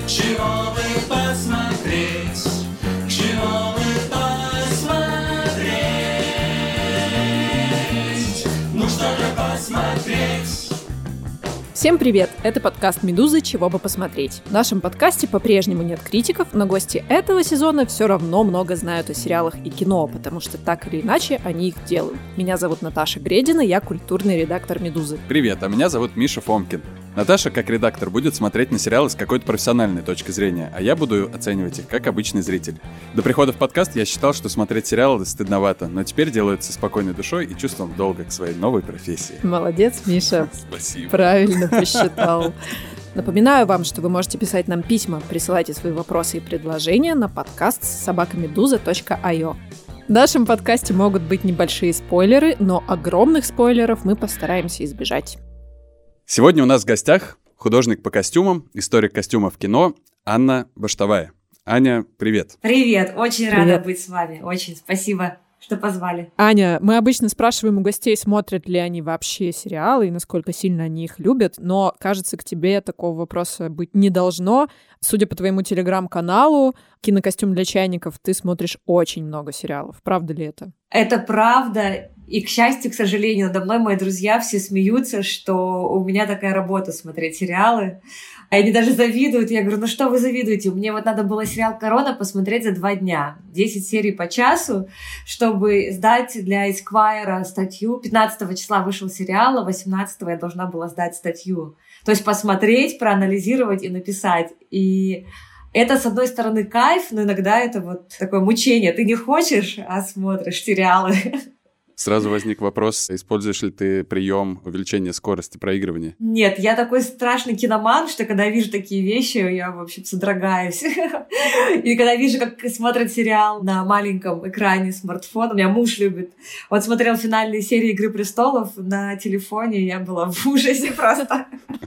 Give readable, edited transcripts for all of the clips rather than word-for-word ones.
Чего бы посмотреть? Чего бы посмотреть? Ну что же посмотреть? Всем привет! Это подкаст «Медузы. Чего бы посмотреть». В нашем подкасте по-прежнему нет критиков, но гости этого сезона все равно много знают о сериалах и кино, потому что так или иначе они их делают. Меня зовут Наташа Гредина, я культурный редактор «Медузы». Привет, а меня зовут Миша Фомкин. Наташа, как редактор, будет смотреть на сериалы с какой-то профессиональной точки зрения, а я буду оценивать их как обычный зритель. До прихода в подкаст я считал, что смотреть сериалы стыдновато, но теперь делаю это со спокойной душой и чувством долга к своей новой профессии. Молодец, Миша. Спасибо. Правильно посчитал. Напоминаю вам, что вы можете писать нам письма, присылайте свои вопросы и предложения на подкаст @meduza.io. В нашем подкасте могут быть небольшие спойлеры, но огромных спойлеров мы постараемся избежать. Сегодня у нас в гостях художник по костюмам, историк костюмов в кино Анна Баштовая. Аня, привет. Привет, очень рада быть с вами. Очень спасибо, что позвали. Аня, мы обычно спрашиваем у гостей, смотрят ли они вообще сериалы и насколько сильно они их любят, но, кажется, к тебе такого вопроса быть не должно. Судя по твоему телеграм-каналу «Кинокостюм для чайников», ты смотришь очень много сериалов. Правда ли это? Это правда. И, к счастью, к сожалению, надо мной мои друзья все смеются, что у меня такая работа — смотреть сериалы. Они даже завидуют. Я говорю, ну что вы завидуете? Мне вот надо было сериал «Корона» посмотреть за 2 дня. 10 серий по часу, чтобы сдать для Esquire статью. 15 числа вышел сериал, а 18 я должна была сдать статью. То есть посмотреть, проанализировать и написать. И это, с одной стороны, кайф, но иногда это вот такое мучение. Ты не хочешь, а смотришь сериалы. Сразу возник вопрос, используешь ли ты прием увеличения скорости проигрывания? Нет, я такой страшный киноман, что когда я вижу такие вещи, я вообще содрогаюсь. И когда вижу, как смотрят сериал на маленьком экране смартфона, у меня муж любит. Он смотрел финальные серии «Игры престолов» на телефоне, я была в ужасе просто.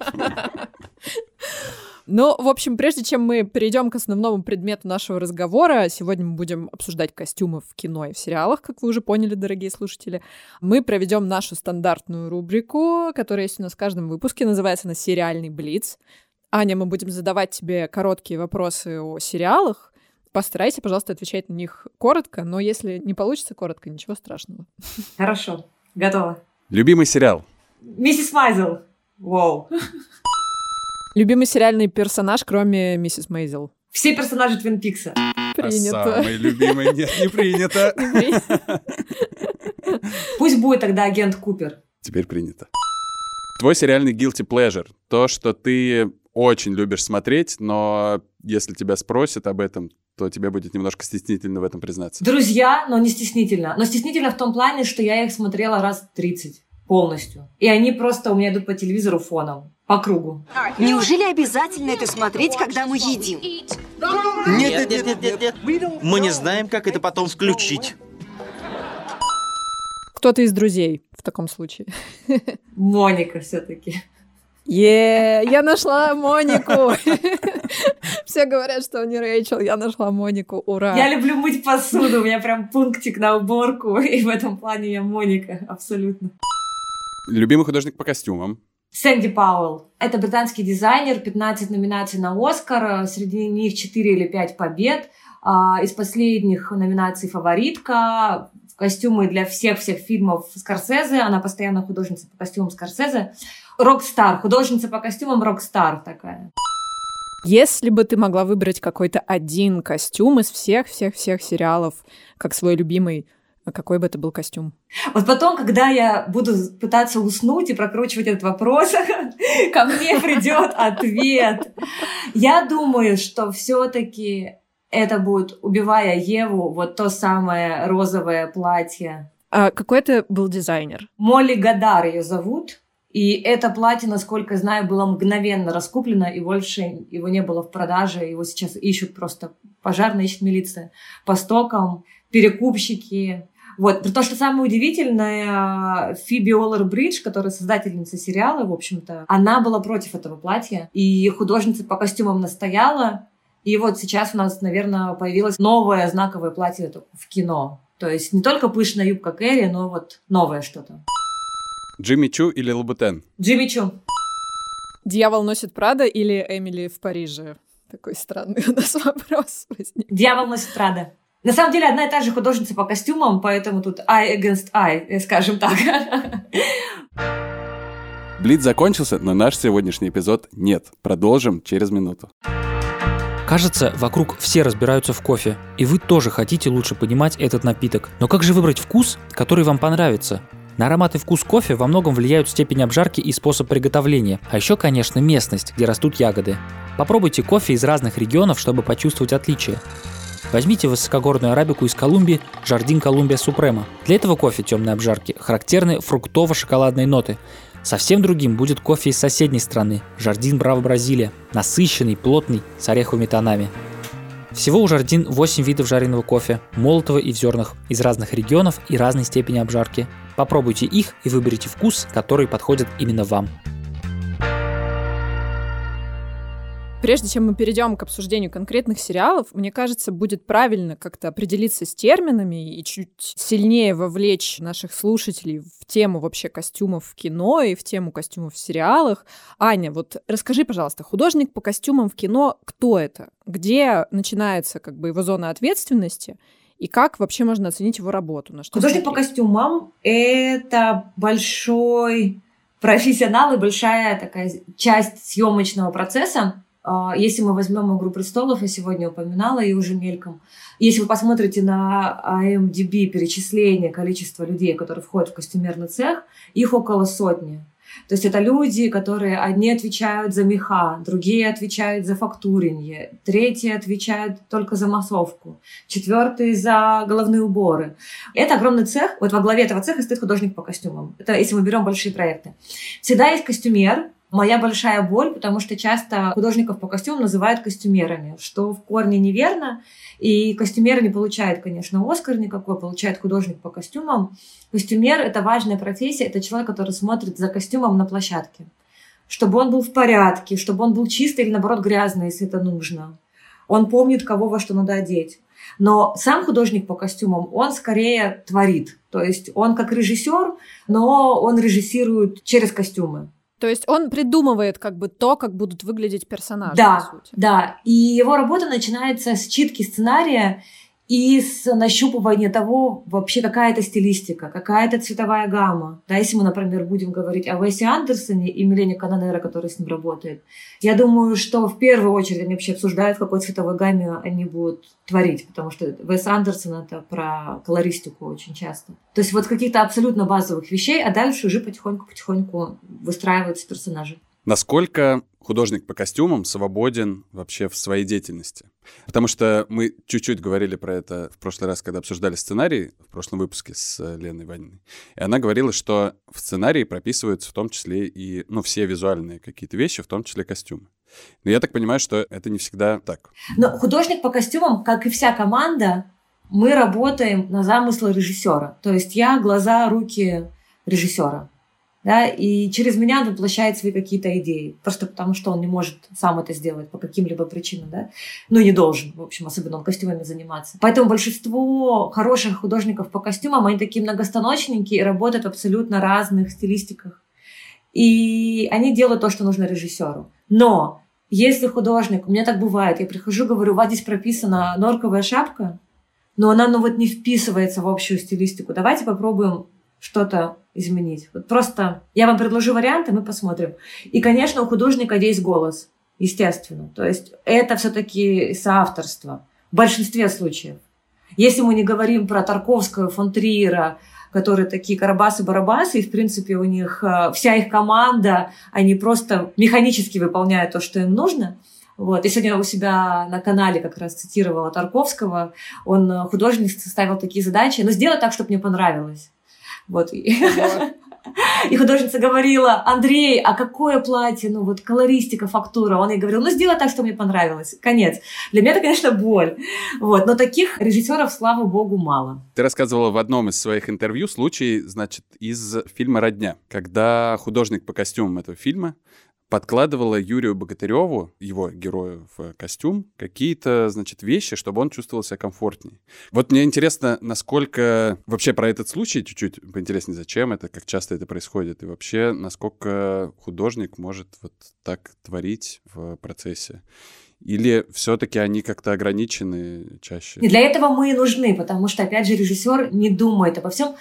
Ну, в общем, прежде чем мы перейдем к основному предмету нашего разговора, сегодня мы будем обсуждать костюмы в кино и в сериалах, как вы уже поняли, дорогие слушатели. Мы проведем нашу стандартную рубрику, которая есть у нас в каждом выпуске, называется она «Сериальный блиц». Аня, мы будем задавать тебе короткие вопросы о сериалах. Постарайся, пожалуйста, отвечать на них коротко, но если не получится коротко, ничего страшного. Хорошо, готова. Любимый сериал? «Миссис Майзел». Вау. Любимый сериальный персонаж, кроме миссис Мейзел? Все персонажи Твин Пикса. Принято. А самый любимый нет, не принято. Пусть будет тогда агент Купер. Теперь принято. Твой сериальный guilty pleasure. То, что ты очень любишь смотреть, но если тебя спросят об этом, то тебе будет немножко стеснительно в этом признаться. «Друзья», но не стеснительно. Но стеснительно в том плане, что я их смотрела раз 30 полностью. И они просто у меня идут по телевизору фоном. По кругу. Неужели обязательно это смотреть, когда мы едим? Нет. Мы не знаем, как это потом включить. Кто-то из друзей в таком случае. Моника все-таки. Я нашла Монику. Все говорят, что не Рэйчел. Я нашла Монику. Ура. Я люблю мыть посуду. У меня прям пунктик на уборку. И в этом плане я Моника. Абсолютно. Любимый художник по костюмам? Сэнди Пауэлл. Это британский дизайнер, 15 номинаций на «Оскар», среди них 4 или 5 побед. Из последних номинаций «Фаворитка», костюмы для всех фильмов Скорсезе, она постоянно художница по костюмам Скорсезе. Рок-стар, художница по костюмам рок-стар такая. Если бы ты могла выбрать какой-то один костюм из всех сериалов, как свой любимый, какой бы это был костюм? Вот потом, когда я буду пытаться уснуть и прокручивать этот вопрос, ко мне придет ответ. Я думаю, что все-таки это будет «Убивая Еву», вот то самое розовое платье. А какой это был дизайнер? Молли Гадар ее зовут. И это платье, насколько знаю, было мгновенно раскуплено, и больше его не было в продаже. Его сейчас ищут просто пожарные, ищет милиция по стокам, перекупщики. Вот. При том, что самое удивительное, Фиби Уоллер-Бридж, которая создательница сериала, в общем-то, она была против этого платья, и художница по костюмам настояла. И вот сейчас у нас, наверное, появилось новое знаковое платье в кино. То есть не только пышная юбка Кэрри, но вот новое что-то. Джимми Чу или Лабутен? Джимми Чу. «Дьявол носит Прада» или «Эмили в Париже»? Такой странный у нас вопрос возник. Дьявол носит Прада. На самом деле, одна и та же художница по костюмам, поэтому тут eye against eye, скажем так. Блиц закончился, но наш сегодняшний эпизод нет. Продолжим через минуту. Кажется, вокруг все разбираются в кофе, и вы тоже хотите лучше понимать этот напиток. Но как же выбрать вкус, который вам понравится? На аромат и вкус кофе во многом влияют степень обжарки и способ приготовления, а еще, конечно, местность, где растут ягоды. Попробуйте кофе из разных регионов, чтобы почувствовать отличия. Возьмите высокогорную арабику из Колумбии Jardin Columbia Suprema. Для этого кофе темной обжарки характерны фруктово-шоколадные ноты. Совсем другим будет кофе из соседней страны Jardin Bravo Бразилия, насыщенный, плотный, с ореховыми тонами. Всего у Jardin 8 видов жареного кофе, молотого и в зернах, из разных регионов и разной степени обжарки. Попробуйте их и выберите вкус, который подходит именно вам. Прежде чем мы перейдем к обсуждению конкретных сериалов, мне кажется, будет правильно как-то определиться с терминами и чуть сильнее вовлечь наших слушателей в тему вообще костюмов в кино и в тему костюмов в сериалах. Аня, вот расскажи, пожалуйста, художник по костюмам в кино, кто это? Где начинается как бы его зона ответственности? И как вообще можно оценить его работу? На что Художник по костюмам — это большой профессионал и большая такая часть съемочного процесса. Если мы возьмем «Игру престолов», я сегодня упоминала ее уже мельком. Если вы посмотрите на IMDb перечисление количества людей, которые входят в костюмерный цех, их около 100. То есть это люди, которые одни отвечают за меха, другие отвечают за фактуринье, третьи отвечают только за массовку, четвертые за головные уборы. Это огромный цех. Вот во главе этого цеха стоит художник по костюмам. Это если мы берем большие проекты. Всегда есть костюмер. Моя большая боль, потому что часто художников по костюмам называют костюмерами, что в корне неверно. И костюмеры не получают, конечно, Оскар никакой, получает художник по костюмам. Костюмер — это важная профессия, это человек, который смотрит за костюмом на площадке. Чтобы он был в порядке, чтобы он был чистый или, наоборот, грязный, если это нужно. Он помнит, кого во что надо одеть. Но сам художник по костюмам, он скорее творит. То есть он как режиссер, но он режиссирует через костюмы. То есть он придумывает как бы то, как будут выглядеть персонажи, да, по сути. Да, и его работа начинается с читки сценария и с нащупывания того, вообще какая это стилистика, какая это цветовая гамма. Да, если мы, например, будем говорить о Уэсе Андерсоне и Милене Канонеро, который с ним работает, я думаю, что в первую очередь они вообще обсуждают, в какой цветовой гамме они будут творить, потому что Уэс Андерсон — это про колористику очень часто. То есть вот каких-то абсолютно базовых вещей, а дальше уже потихоньку выстраиваются персонажи. Насколько художник по костюмам свободен вообще в своей деятельности? Потому что мы чуть-чуть говорили про это в прошлый раз, когда обсуждали сценарий, в прошлом выпуске с Леной Ваниной. И она говорила, что в сценарии прописываются в том числе и все визуальные какие-то вещи, в том числе костюмы. Но я так понимаю, что это не всегда так. Но художник по костюмам, как и вся команда, мы работаем на замыслы режиссера. То есть я глаза, руки режиссера. Да, и через меня он воплощает свои какие-то идеи. Просто потому, что он не может сам это сделать по каким-либо причинам. Да? Ну, не должен, в общем, особенно он костюмами заниматься. Поэтому большинство хороших художников по костюмам, они такие многостаночники и работают в абсолютно разных стилистиках. И они делают то, что нужно режиссеру. Но если художник, у меня так бывает, я прихожу, говорю, у вас здесь прописана норковая шапка, но она не вписывается в общую стилистику. Давайте попробуем что-то изменить. Вот просто я вам предложу варианты, мы посмотрим. И, конечно, у художника есть голос, естественно. То есть это все-таки соавторство в большинстве случаев. Если мы не говорим про Тарковского, фон Триера, которые такие карабасы-барабасы, и, в принципе, у них вся их команда, они просто механически выполняют то, что им нужно. Вот. Я сегодня у себя на канале как раз цитировала Тарковского. Он, художник, ставил такие задачи. Но сделай так, чтобы мне понравилось. Вот. И художница говорила: Андрей, а какое платье? Колористика, фактура. Он ей говорил: сделай так, что мне понравилось. Конец. Для меня это, конечно, боль. Вот. Но таких режиссеров, слава богу, мало. Ты рассказывала в одном из своих интервью случай, из фильма «Родня», когда художник по костюмам этого фильма подкладывала Юрию Богатыреву, его герою, в костюм, какие-то, вещи, чтобы он чувствовал себя комфортнее. Вот мне интересно, насколько вообще про этот случай чуть-чуть поинтереснее, зачем это, как часто это происходит, и вообще, насколько художник может так творить в процессе. Или все-таки они как-то ограничены чаще? И для этого мы и нужны, потому что, опять же, режиссер не думает обо всем.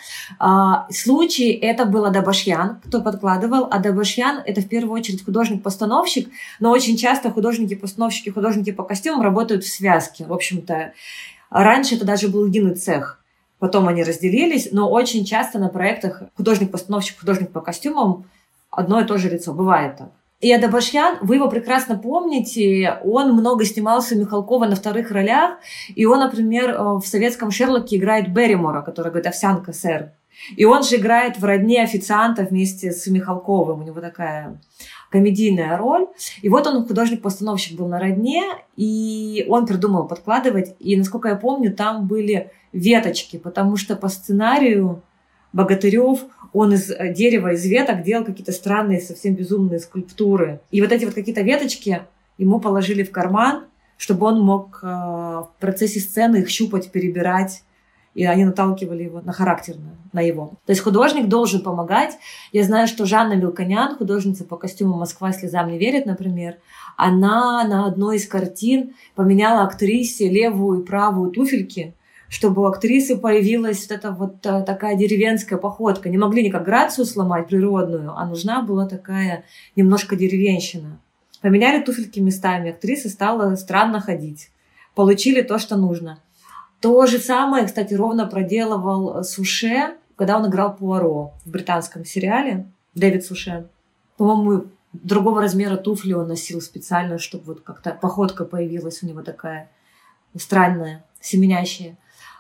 Случай это был Адабашьян, кто подкладывал. Адабашьян — это в первую очередь художник-постановщик, но очень часто художники-постановщики, художники по костюмам работают в связке. В общем-то, раньше это даже был единый цех. Потом они разделились, но очень часто на проектах художник-постановщик, художник по костюмам одно и то же лицо. Бывает так. И Адабашьян, вы его прекрасно помните, он много снимался у Михалкова на вторых ролях, и он, например, в советском «Шерлоке» играет Берримора, который говорит «овсянка, сэр». И он же играет в «Родне официанта» вместе с Михалковым, у него такая комедийная роль. И вот он художник-постановщик был на «Родне», и он придумал подкладывать, и, насколько я помню, там были веточки, потому что по сценарию Богатырев, он из дерева, из веток делал какие-то странные, совсем безумные скульптуры. И вот эти вот какие-то веточки ему положили в карман, чтобы он мог в процессе сцены их щупать, перебирать. И они наталкивали его на характерное, на его. То есть художник должен помогать. Я знаю, что Жанна Мелконян, художница по костюму «Москва слезам не верит», например, она на одной из картин поменяла актрисе левую и правую туфельки, чтобы у актрисы появилась вот эта вот такая деревенская походка. Не могли никак грацию сломать природную, а нужна была такая немножко деревенщина. Поменяли туфельки местами, актриса стала странно ходить. Получили то, что нужно. То же самое, кстати, ровно проделывал Суше, когда он играл Пуаро в британском сериале. Дэвид Суше. По-моему, другого размера туфли он носил специально, чтобы вот как-то походка появилась у него такая странная, семенящая.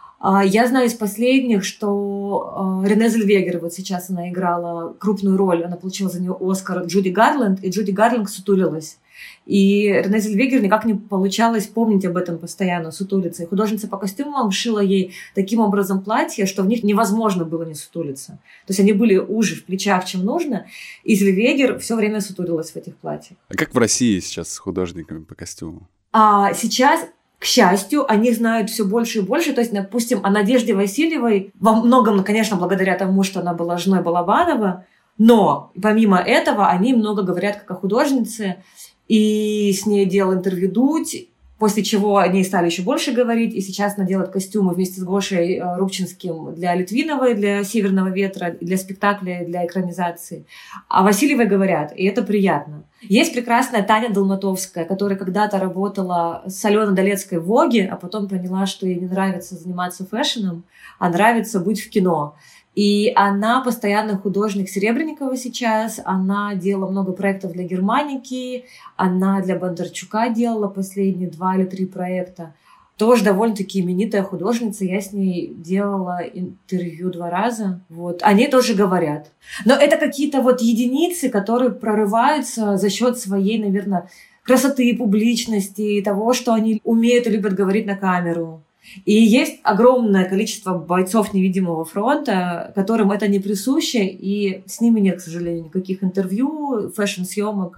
Я знаю из последних, что Рене Зельвегер, вот сейчас она играла крупную роль, она получила за нее Оскар, Джуди Гарленд, и Джуди Гарленд сутулилась. И Рене Зельвегер никак не получалось помнить об этом постоянно, сутулиться. И художница по костюмам шила ей таким образом платья, что в них невозможно было не сутулиться. То есть они были уже в плечах, чем нужно, и Зельвегер все время сутулилась в этих платьях. А как в России сейчас с художниками по костюмам? Сейчас... К счастью, они знают все больше и больше. То есть, допустим, о Надежде Васильевой во многом, конечно, благодаря тому, что она была женой Балабанова, но помимо этого они много говорят как о художнице, и с ней делал интервью Дудь, после чего о ней стали еще больше говорить, и сейчас она делает костюмы вместе с Гошей Рубчинским для Литвиновой, для «Северного ветра», для спектакля, для экранизации. О Васильевой говорят, и это приятно. Есть прекрасная Таня Долматовская, которая когда-то работала с Аленой Долецкой в «Воге», а потом поняла, что ей не нравится заниматься фэшном, а нравится быть в кино. И она постоянный художник Серебренникова сейчас, она делала много проектов для Германики, она для Бондарчука делала последние 2 или 3 проекта. Тоже довольно-таки именитая художница, я с ней делала интервью 2 раза. Вот. Они тоже говорят. Но это какие-то вот единицы, которые прорываются за счет своей, наверное, красоты, публичности, того, что они умеют и любят говорить на камеру. И есть огромное количество бойцов невидимого фронта, которым это не присуще, и с ними нет, к сожалению, никаких интервью, фэшн-съемок.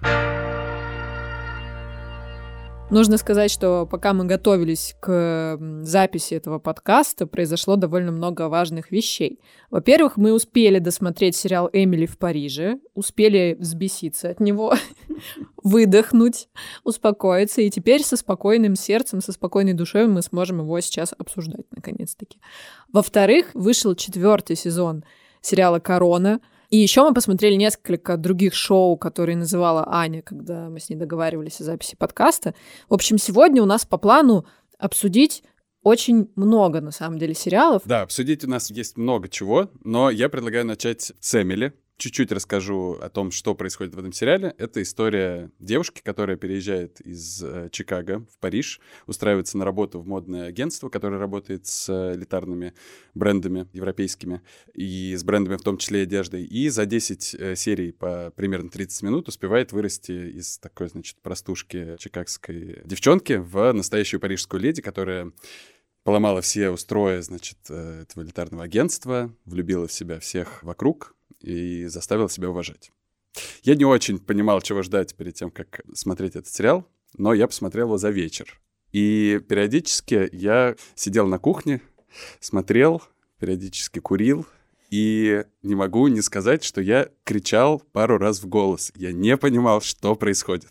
Нужно сказать, что пока мы готовились к записи этого подкаста, произошло довольно много важных вещей. Во-первых, мы успели досмотреть сериал «Эмили в Париже», успели взбеситься от него, выдохнуть, успокоиться, и теперь со спокойным сердцем, со спокойной душой мы сможем его сейчас обсуждать, наконец-таки. Во-вторых, вышел 4-й сезон сериала «Корона», и еще мы посмотрели несколько других шоу, которые называла Аня, когда мы с ней договаривались о записи подкаста. В общем, сегодня у нас по плану обсудить очень много, на самом деле, сериалов. Да, обсудить у нас есть много чего, но я предлагаю начать с «Эмили». Чуть-чуть расскажу о том, что происходит в этом сериале. Это история девушки, которая переезжает из Чикаго в Париж, устраивается на работу в модное агентство, которое работает с элитарными брендами европейскими, и с брендами в том числе и одеждой. И за 10 серий по примерно 30 минут успевает вырасти из такой, значит, простушки чикагской девчонки в настоящую парижскую леди, которая поломала все устрои, значит, этого элитарного агентства, влюбила в себя всех вокруг и заставила себя уважать. Я не очень понимал, чего ждать перед тем, как смотреть этот сериал, но я посмотрел его за вечер. И периодически я сидел на кухне, смотрел, периодически курил И не могу не сказать, что я кричал пару раз в голос. Я не понимал, что происходит.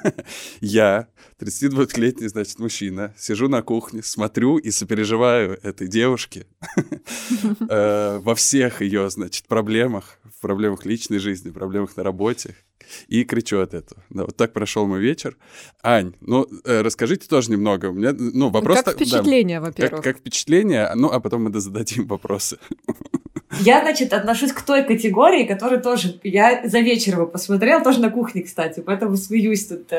Я, 32-летний, значит, мужчина, сижу на кухне, смотрю и сопереживаю этой девушке во всех ее, значит, проблемах, в проблемах личной жизни, проблемах на работе. И кричу от этого. Да, вот так прошел мой вечер. Ань, расскажите тоже немного. У меня, вопрос... Как впечатление, во-первых. Как впечатление, а потом мы зададим вопросы. Я, значит, отношусь к той категории, которую тоже... Я за вечер его посмотрела, тоже на кухне, кстати, поэтому смеюсь тут,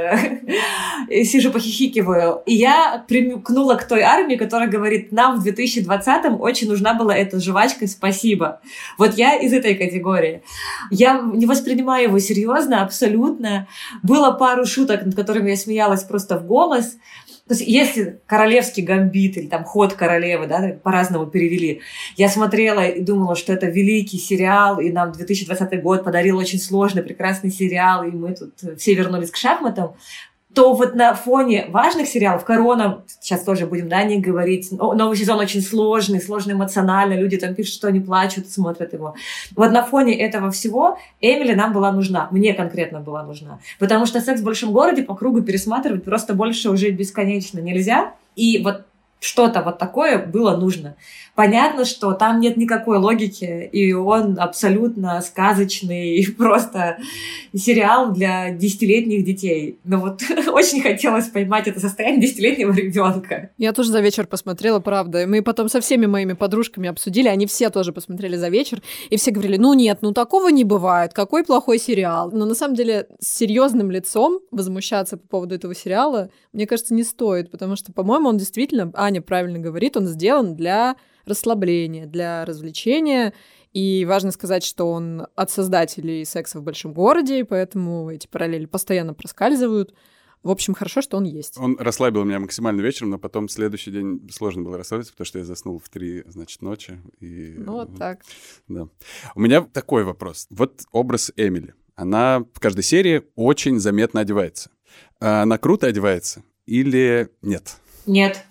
сижу, похихикиваю. И я примкнула к той армии, которая говорит, нам в 2020-м очень нужна была эта жвачка «Спасибо». Вот я из этой категории. Я не воспринимаю его серьезно, абсолютно. Было пару шуток, над которыми я смеялась просто в голос. То есть, если «Королевский гамбит» или там «Ход королевы», да, по-разному перевели, я смотрела и думала, что это великий сериал, и нам 2020 год подарил очень сложный, прекрасный сериал, и мы тут все вернулись к шахматам, то вот на фоне важных сериалов, «Корона», сейчас тоже будем, да, не говорить, новый сезон очень сложный эмоционально, люди там пишут, что они плачут, смотрят его. Вот на фоне этого всего Эмили нам была нужна, мне конкретно была нужна, потому что «Секс в большом городе» по кругу пересматривать просто больше уже бесконечно нельзя, и вот что-то вот такое было нужно. Понятно, что там нет никакой логики, и он абсолютно сказочный, просто сериал для 10-летних детей. Но вот очень хотелось поймать это состояние 10-летнего ребенка. Я тоже за вечер посмотрела, правда. Мы потом со всеми моими подружками обсудили, они все тоже посмотрели за вечер, и все говорили, нет, такого не бывает, какой плохой сериал. Но на самом деле с серьезным лицом возмущаться по поводу этого сериала, мне кажется, не стоит, потому что, по-моему, он действительно, Аня правильно говорит, он сделан для расслабления, для развлечения. И важно сказать, что он от создателей «Секса в большом городе», и поэтому эти параллели постоянно проскальзывают. В общем, хорошо, что он есть. Он расслабил меня максимально вечером, но потом следующий день сложно было расслабиться, потому что я заснул в 3, ночи. И... Вот так. Да. У меня такой вопрос. Вот образ Эмили. Она в каждой серии очень заметно одевается. Она круто одевается или нет? Нет.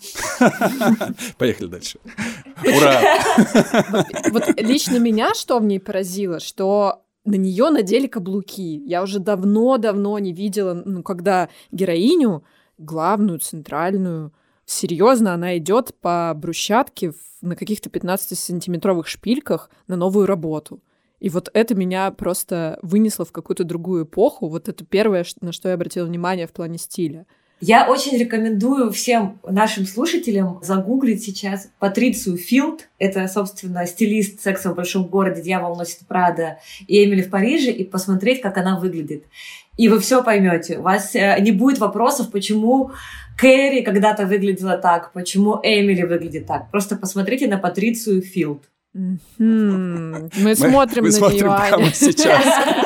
Поехали дальше. Ура! Вот лично меня что в ней поразило, что на нее надели каблуки. Я уже давно не видела, когда героиню, главную, центральную, серьезно, она идет по брусчатке на каких-то 15-сантиметровых шпильках на новую работу. И вот это меня просто вынесло в какую-то другую эпоху. Вот это первое, на что я обратила внимание в плане стиля. Я очень рекомендую всем нашим слушателям загуглить сейчас Патрицию Филд. Это, собственно, стилист «Секса в большом городе», «Дьявол носит Прада» и «Эмили в Париже», и посмотреть, как она выглядит. И вы все поймете. У вас не будет вопросов, почему Кэрри когда-то выглядела так, почему Эмили выглядит так. Просто посмотрите на Патрицию Филд. Мы смотрим на нее, прямо сейчас.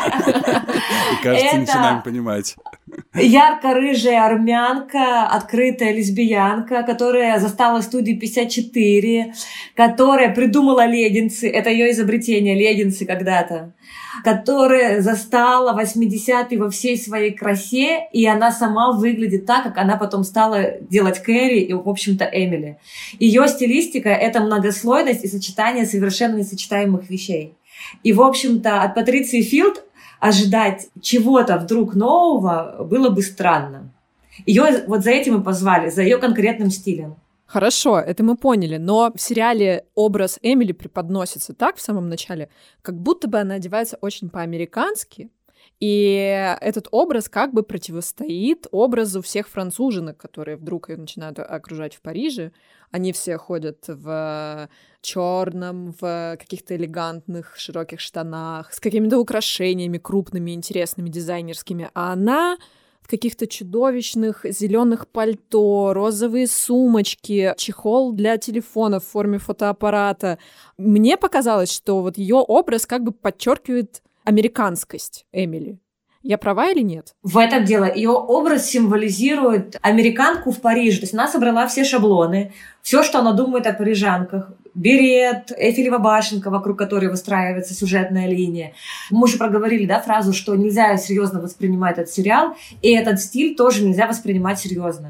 И, кажется, начинаем понимать. Ярко-рыжая армянка, открытая лесбиянка, которая застала студию 54, которая придумала леггинсы, это ее изобретение, леггинсы когда-то, которая застала 80-е во всей своей красе, и она сама выглядит так, как она потом стала делать Кэрри и, в общем-то, Эмили. Ее стилистика — это многослойность и сочетание совершенно несочетаемых вещей. И, в общем-то, от Патриции Филд ожидать чего-то вдруг нового было бы странно. Ее вот за этим и позвали, за ее конкретным стилем. Хорошо, это мы поняли, но в сериале образ Эмили преподносится так в самом начале, как будто бы она одевается очень по-американски, и этот образ как бы противостоит образу всех француженок, которые вдруг ее начинают окружать в Париже. Они все ходят в черном, в каких-то элегантных широких штанах, с какими-то украшениями крупными, интересными, дизайнерскими, а она в каких-то чудовищных зеленых пальто, розовые сумочки, чехол для телефона в форме фотоаппарата. Мне показалось, что вот ее образ как бы подчеркивает американскость Эмили. Я права или нет? В этом дело. Ее образ символизирует американку в Париже. То есть она собрала все шаблоны, все, что она думает о парижанках. Берет, Эйфелева башенка, вокруг которой выстраивается сюжетная линия. Мы уже проговорили, да, фразу, что нельзя серьезно воспринимать этот сериал, и этот стиль тоже нельзя воспринимать серьезно.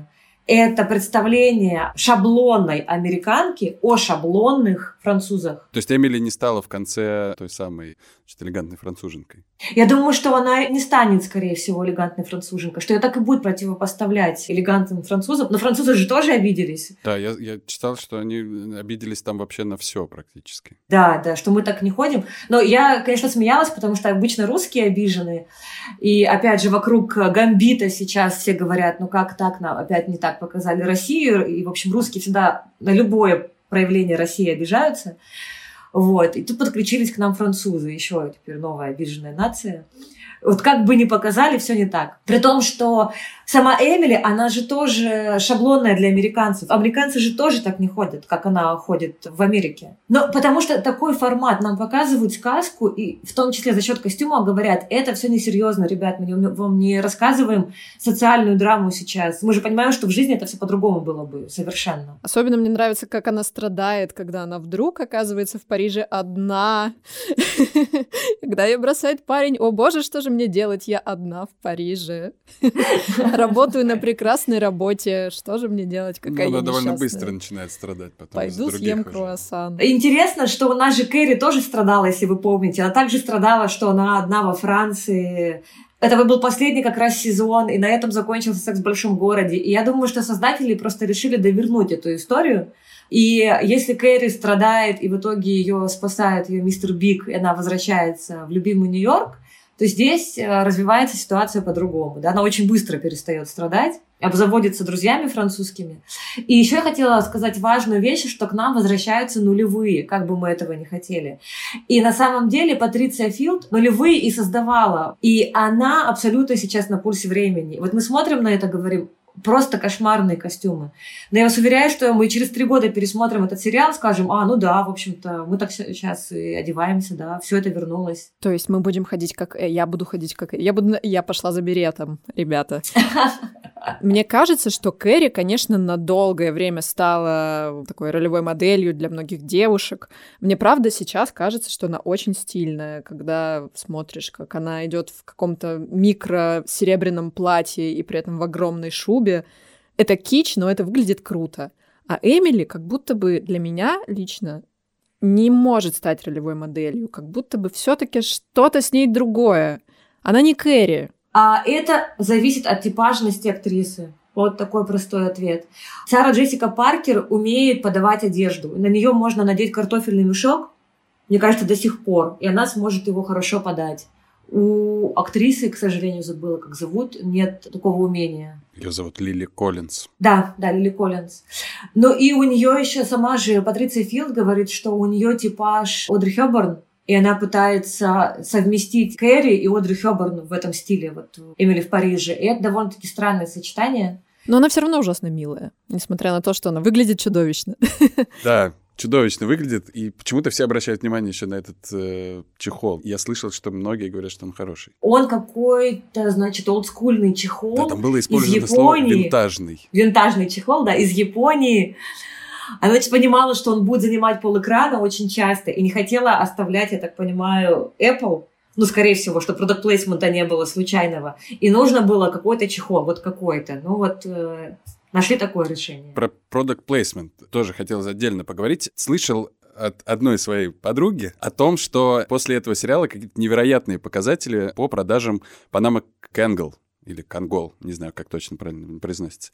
это представление шаблонной американки о шаблонных французах. То есть Эмили не стала в конце той самой элегантной француженкой? Я думаю, что она не станет, скорее всего, элегантной француженкой, что ее так и будет противопоставлять элегантным французам. Но французы же тоже обиделись. Да, я читал, что они обиделись там вообще на все практически. Да, что мы так не ходим. Но я, конечно, смеялась, потому что обычно русские обижены. И, опять же, вокруг Гамбита сейчас все говорят, ну как так, нам опять не так показали Россию. И, в общем, русские всегда на любое проявление России обижаются. Вот. И тут подключились к нам французы, еще теперь новая обиженная нация. Вот как бы ни показали, все не так. При том, что сама Эмили, она же тоже шаблонная для американцев. Американцы же тоже так не ходят, как она ходит в Америке. Но потому что такой формат, нам показывают сказку, и в том числе за счет костюма говорят, это все несерьезно, ребят, мы вам не рассказываем социальную драму сейчас. Мы же понимаем, что в жизни это все по-другому было бы совершенно. Особенно мне нравится, как она страдает, когда она вдруг оказывается в Париже одна. Когда ее бросает парень, о боже, что же мне делать? Я одна в Париже. Работаю на прекрасной работе. Что же мне делать? Какая я она довольно несчастная. быстро начинает страдать потом. Пойду съем круассан. Интересно, что у нас же Кэрри тоже страдала, если вы помните. Она также страдала, что она одна во Франции. Это был последний как раз сезон, и на этом закончился «Секс в большом городе». И я думаю, что создатели просто решили довернуть эту историю. И если Кэрри страдает, и в итоге ее спасает ее мистер Биг, и она возвращается в любимый Нью-Йорк, то здесь развивается ситуация по-другому. Да? Она очень быстро перестает страдать, обзаводится друзьями французскими. И еще я хотела сказать важную вещь, что к нам возвращаются нулевые, как бы мы этого не хотели. И на самом деле Патриция Филд нулевые и создавала. И она абсолютно сейчас на пульсе времени. Вот мы смотрим на это, говорим, просто кошмарные костюмы. Но я вас уверяю, что мы через 3 года пересмотрим этот сериал, скажем, ну да, в общем-то, мы так сейчас и одеваемся, да, все это вернулось. То есть мы будем ходить как... Я буду ходить как... Я пошла за беретом, ребята. Мне кажется, что Кэрри, конечно, на долгое время стала такой ролевой моделью для многих девушек. Мне, правда, сейчас кажется, что она очень стильная, когда смотришь, как она идет в каком-то микро-серебряном платье и при этом в огромной шубе. Это кич, но это выглядит круто. А Эмили как будто бы для меня лично не может стать ролевой моделью, как будто бы все-таки что-то с ней другое. Она не Кэрри. А это зависит от типажности актрисы. Вот такой простой ответ. Сара Джессика Паркер умеет подавать одежду. На нее можно надеть картофельный мешок, мне кажется, до сих пор, и она сможет его хорошо подать. У актрисы, к сожалению, забыла, как зовут, нет такого умения. Ее зовут Лили Коллинз. Да, Лили Коллинз. Но и у нее еще сама же Патриция Филд говорит, что у нее типаж Одри Хёбберн, и она пытается совместить Кэрри и Одри Хёбберн в этом стиле, вот Эмили в Париже. И это довольно-таки странное сочетание. Но она все равно ужасно милая, несмотря на то, что она выглядит чудовищно. Да, чудовищно выглядит, и почему-то все обращают внимание еще на этот чехол. Я слышал, что многие говорят, что он хороший. Он какой-то, значит, олдскульный чехол. Да, там было использовано слово «винтажный». Винтажный чехол, да, из Японии. Она понимала, что он будет занимать полэкрана очень часто, и не хотела оставлять, я так понимаю, Apple. Ну, скорее всего, что продакт-плейсмента не было случайного. И нужно было какой-то чехол, вот какой-то. Ну вот... Нашли такое решение. Про product placement тоже хотелось отдельно поговорить. Слышал от одной своей подруги о том, что после этого сериала какие-то невероятные показатели по продажам Panama Kangal или Кангол, не знаю, как точно правильно произносится,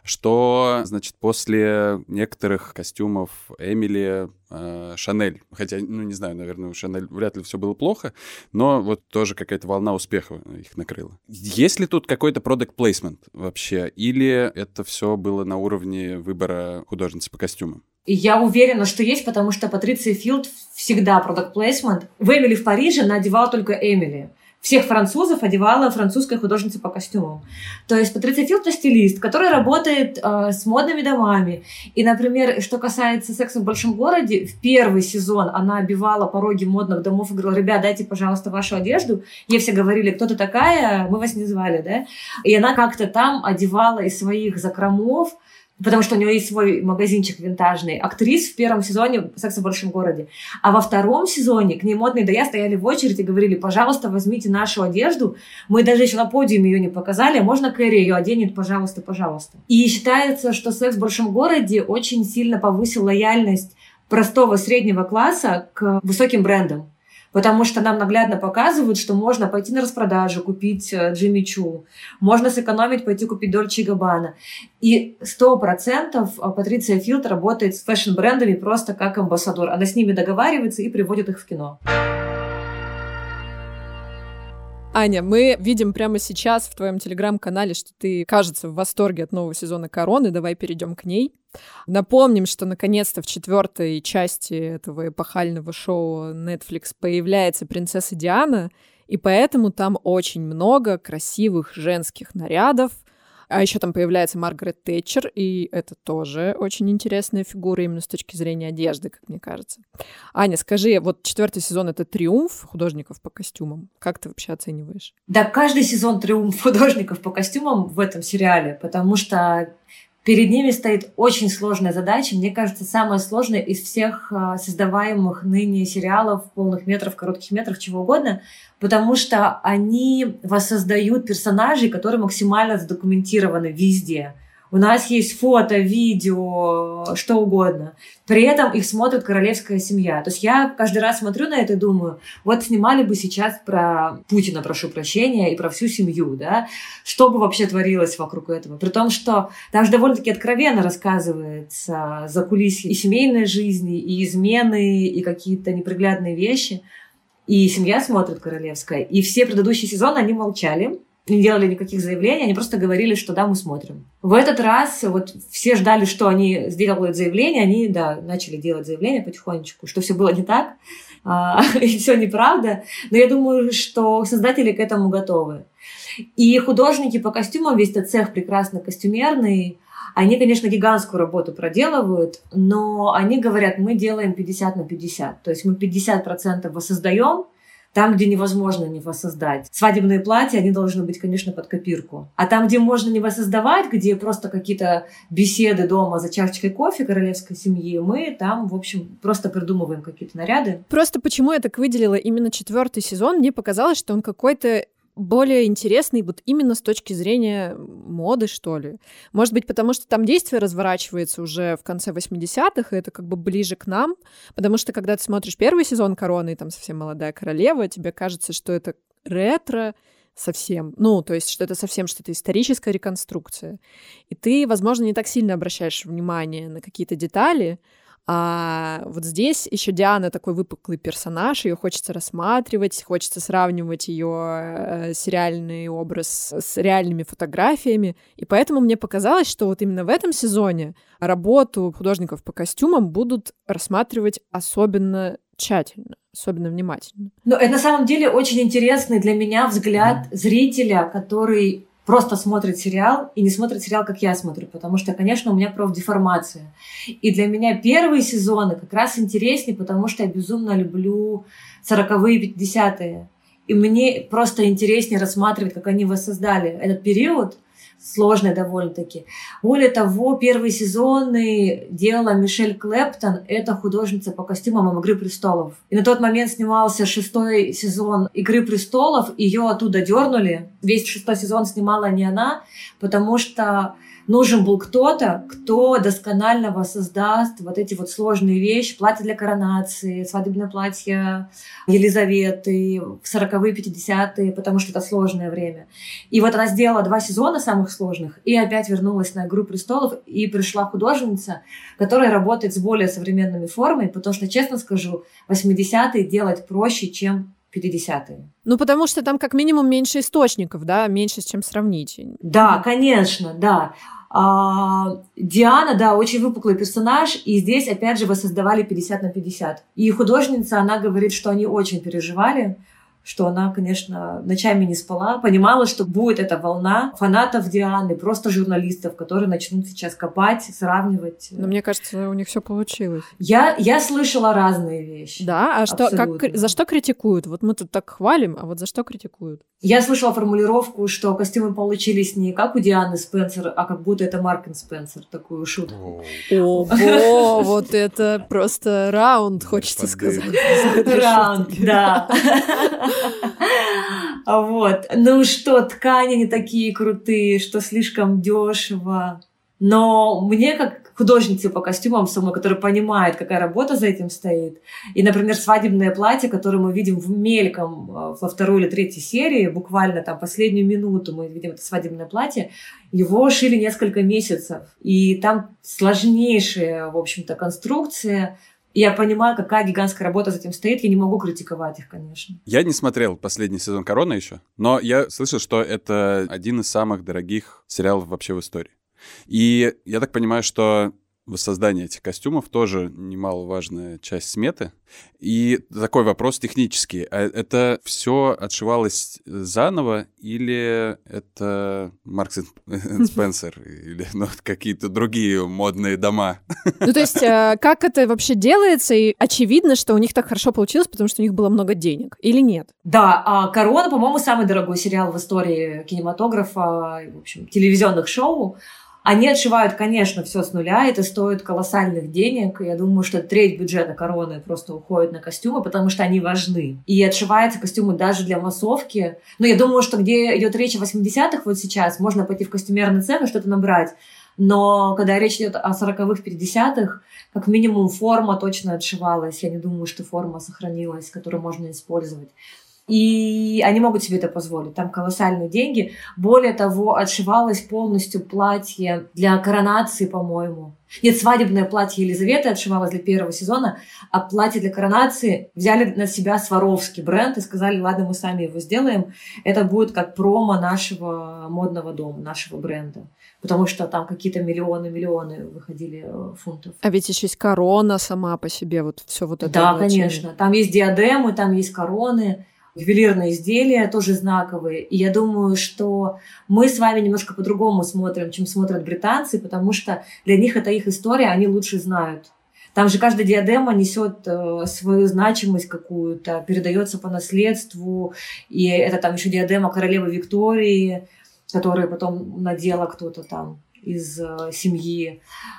что, значит, после некоторых костюмов Эмили, Шанель, хотя, не знаю, наверное, у Шанель вряд ли все было плохо, но вот тоже какая-то волна успеха их накрыла. Есть ли тут какой-то product placement вообще, или это все было на уровне выбора художницы по костюмам? Я уверена, что есть, потому что Патриция Филд всегда product placement. В «Эмили в Париже» она одевала только Эмили. Всех французов одевала французская художница по костюмам. То есть Патриция Филд — это стилист, который работает с модными домами. И, например, что касается «Секса в большом городе», в первый сезон она обивала пороги модных домов и говорила: ребят, дайте, пожалуйста, вашу одежду. Ей все говорили: кто ты такая, мы вас не звали, да? И она как-то там одевала из своих закромов потому что у нее есть свой магазинчик винтажный, актрис в первом сезоне «Секса в большом городе». А во втором сезоне к ней модные доя стояли в очередь и говорили: пожалуйста, возьмите нашу одежду. Мы даже еще на подиуме ее не показали. Можно Кэрри ее оденет? Пожалуйста, пожалуйста. И считается, что «Секс в большом городе» очень сильно повысил лояльность простого среднего класса к высоким брендам. Потому что нам наглядно показывают, что можно пойти на распродажу, купить Джимми Чу, можно сэкономить, пойти купить Дольче и Габбана. И 100% Патриция Филд работает с фэшн-брендами просто как амбассадор. Она с ними договаривается и приводит их в кино. Аня, мы видим прямо сейчас в твоем телеграм-канале, что ты, кажется, в восторге от нового сезона «Короны». Давай перейдем к ней. Напомним, что наконец-то в 4-й части этого эпохального шоу Netflix появляется принцесса Диана, и поэтому там очень много красивых женских нарядов. А еще там появляется Маргарет Тэтчер, и это тоже очень интересная фигура именно с точки зрения одежды, как мне кажется. Аня, скажи, вот 4-й сезон — это триумф художников по костюмам. Как ты вообще оцениваешь? Да, каждый сезон триумф художников по костюмам в этом сериале, потому что перед ними стоит очень сложная задача. Мне кажется, самая сложная из всех создаваемых ныне сериалов, полных метров, коротких метров, чего угодно, потому что они воссоздают персонажей, которые максимально задокументированы везде. У нас есть фото, видео, что угодно. При этом их смотрит королевская семья. То есть я каждый раз смотрю на это и думаю, вот снимали бы сейчас про Путина, прошу прощения, и про всю семью, да? Что бы вообще творилось вокруг этого? При том, что там же довольно-таки откровенно рассказывается закулисье и семейной жизни, и измены, и какие-то неприглядные вещи. И семья смотрит королевская. И все предыдущие сезоны они молчали, не делали никаких заявлений, они просто говорили, что да, мы смотрим. В этот раз вот все ждали, что они сделают заявление, они, да, начали делать заявление потихонечку, что все было не так, и все неправда. Но я думаю, что создатели к этому готовы. И художники по костюмам, весь этот цех прекрасно костюмерный, они, конечно, гигантскую работу проделывают, но они говорят, мы делаем 50 на 50. То есть мы 50% воссоздаем, там, где невозможно не воссоздать. Свадебные платья, они должны быть, конечно, под копирку. А там, где можно не воссоздавать, где просто какие-то беседы дома за чашечкой кофе королевской семьи, мы там, в общем, просто придумываем какие-то наряды. Просто почему я так выделила именно 4-й сезон, мне показалось, что он какой-то более интересный вот именно с точки зрения моды, что ли. Может быть, потому что там действие разворачивается уже в конце 80-х, и это как бы ближе к нам, потому что когда ты смотришь первый сезон «Короны», и там совсем молодая королева, тебе кажется, что это ретро совсем, ну, то есть, что это совсем что-то историческая реконструкция. И ты, возможно, не так сильно обращаешь внимание на какие-то детали, а вот здесь еще Диана такой выпуклый персонаж, ее хочется рассматривать, хочется сравнивать ее сериальный образ с реальными фотографиями, и поэтому мне показалось, что вот именно в этом сезоне работу художников по костюмам будут рассматривать особенно тщательно, особенно внимательно. Но это на самом деле очень интересный для меня взгляд зрителя, который просто смотрит сериал и не смотрит сериал, как я смотрю, потому что, конечно, у меня профдеформация. И для меня первые сезоны как раз интереснее, потому что я безумно люблю 40-е, 50-е. И мне просто интереснее рассматривать, как они воссоздали этот период, сложный довольно-таки. Более того, первые сезоны делала Мишель Клэптон, это художница по костюмам «Игры престолов». И на тот момент снимался 6-й сезон «Игры престолов», ее оттуда дернули. Весь 6-й сезон снимала не она, потому что нужен был кто-то, кто досконально воссоздаст вот эти вот сложные вещи, платье для коронации, свадебное платье Елизаветы в 40-е, 50-е, потому что это сложное время. И вот она сделала 2 сезона самых сложных и опять вернулась на «Игру престолов», и пришла художница, которая работает с более современными формами, потому что, честно скажу, 80-е делать проще, чем 50-е. Ну, потому что там как минимум меньше источников, да, меньше с чем сравнить. Да, конечно, да. Диана, да, очень выпуклый персонаж, и здесь, опять же, воссоздавали 50 на 50. И художница, она говорит, что они очень переживали, что она, конечно, ночами не спала, понимала, что будет эта волна фанатов Дианы, просто журналистов, которые начнут сейчас копать, сравнивать. Но мне кажется, у них все получилось. Я слышала разные вещи. Да? А что, за что критикуют? Вот мы тут так хвалим, а вот за что критикуют? Я слышала формулировку, что костюмы получились не как у Дианы Спенсер, а как будто это Марк энд Спенсер, такую шутку. Ого, вот это просто раунд, хочется сказать. Раунд, да. Вот. Ну что, ткани не такие крутые, что слишком дешево. Но мне, как художнице по костюмам самой, которая понимает, какая работа за этим стоит, и, например, свадебное платье, которое мы видим в мельком во 2-й или 3-й серии, буквально там последнюю минуту мы видим это свадебное платье, его шили несколько месяцев. И там сложнейшая, в общем-то, конструкция. Я понимаю, какая гигантская работа за этим стоит. Я не могу критиковать их, конечно. Я не смотрел последний сезон «Корона» еще, но я слышал, что это один из самых дорогих сериалов вообще в истории. И я так понимаю, что воссоздание этих костюмов тоже немаловажная часть сметы. И такой вопрос технический. А это все отшивалось заново или это Маркс энд Спенсер или какие-то другие модные дома? Ну, то есть, как это вообще делается? И очевидно, что у них так хорошо получилось, потому что у них было много денег. Или нет? Да, «Корона», по-моему, самый дорогой сериал в истории кинематографа, в общем, телевизионных шоу. Они отшивают, конечно, все с нуля, это стоит колоссальных денег. Я думаю, что 1/3 бюджета «Короны» просто уходит на костюмы, потому что они важны. И отшиваются костюмы даже для массовки. Но я думаю, что где идет речь о 80-х вот сейчас, можно пойти в костюмерный цех и что-то набрать. Но когда речь идет о 40-х, 50-х, как минимум форма точно отшивалась. Я не думаю, что форма сохранилась, которую можно использовать. И они могут себе это позволить. Там колоссальные деньги. Более того, отшивалось полностью платье для коронации, по-моему. Нет, свадебное платье Елизаветы отшивалось для 1-го сезона, а платье для коронации взяли на себя Сваровский бренд и сказали, ладно, мы сами его сделаем. Это будет как промо нашего модного дома, нашего бренда. Потому что там какие-то миллионы выходили фунтов. А ведь еще есть корона сама по себе, вот все вот это. Да, облачение. конечно. Там есть диадемы, там есть короны. Ювелирные изделия тоже знаковые. И я думаю, что мы с вами немножко по-другому смотрим, чем смотрят британцы, потому что для них это их история, они лучше знают. Там же каждая диадема несет свою значимость какую-то, передается по наследству. И это там еще диадема королевы Виктории, которую потом надела кто-то там из семьи.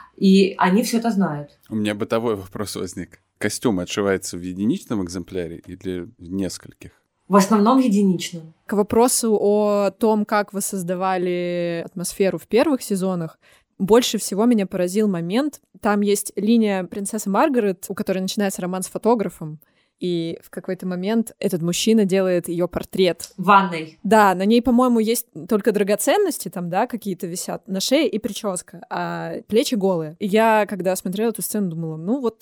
И они все это знают. У меня бытовой вопрос возник. Костюм отшивается в единичном экземпляре или в нескольких? В основном единичном. К вопросу о том, как вы создавали атмосферу в первых сезонах, больше всего меня поразил момент. Там есть линия принцессы Маргарет, у которой начинается роман с фотографом. И в какой-то момент этот мужчина делает ее портрет. В ванной. Да, на ней, по-моему, есть только драгоценности, там, да, какие-то висят на шее и прическа, а плечи голые. И я, когда смотрела эту сцену, думала, ну вот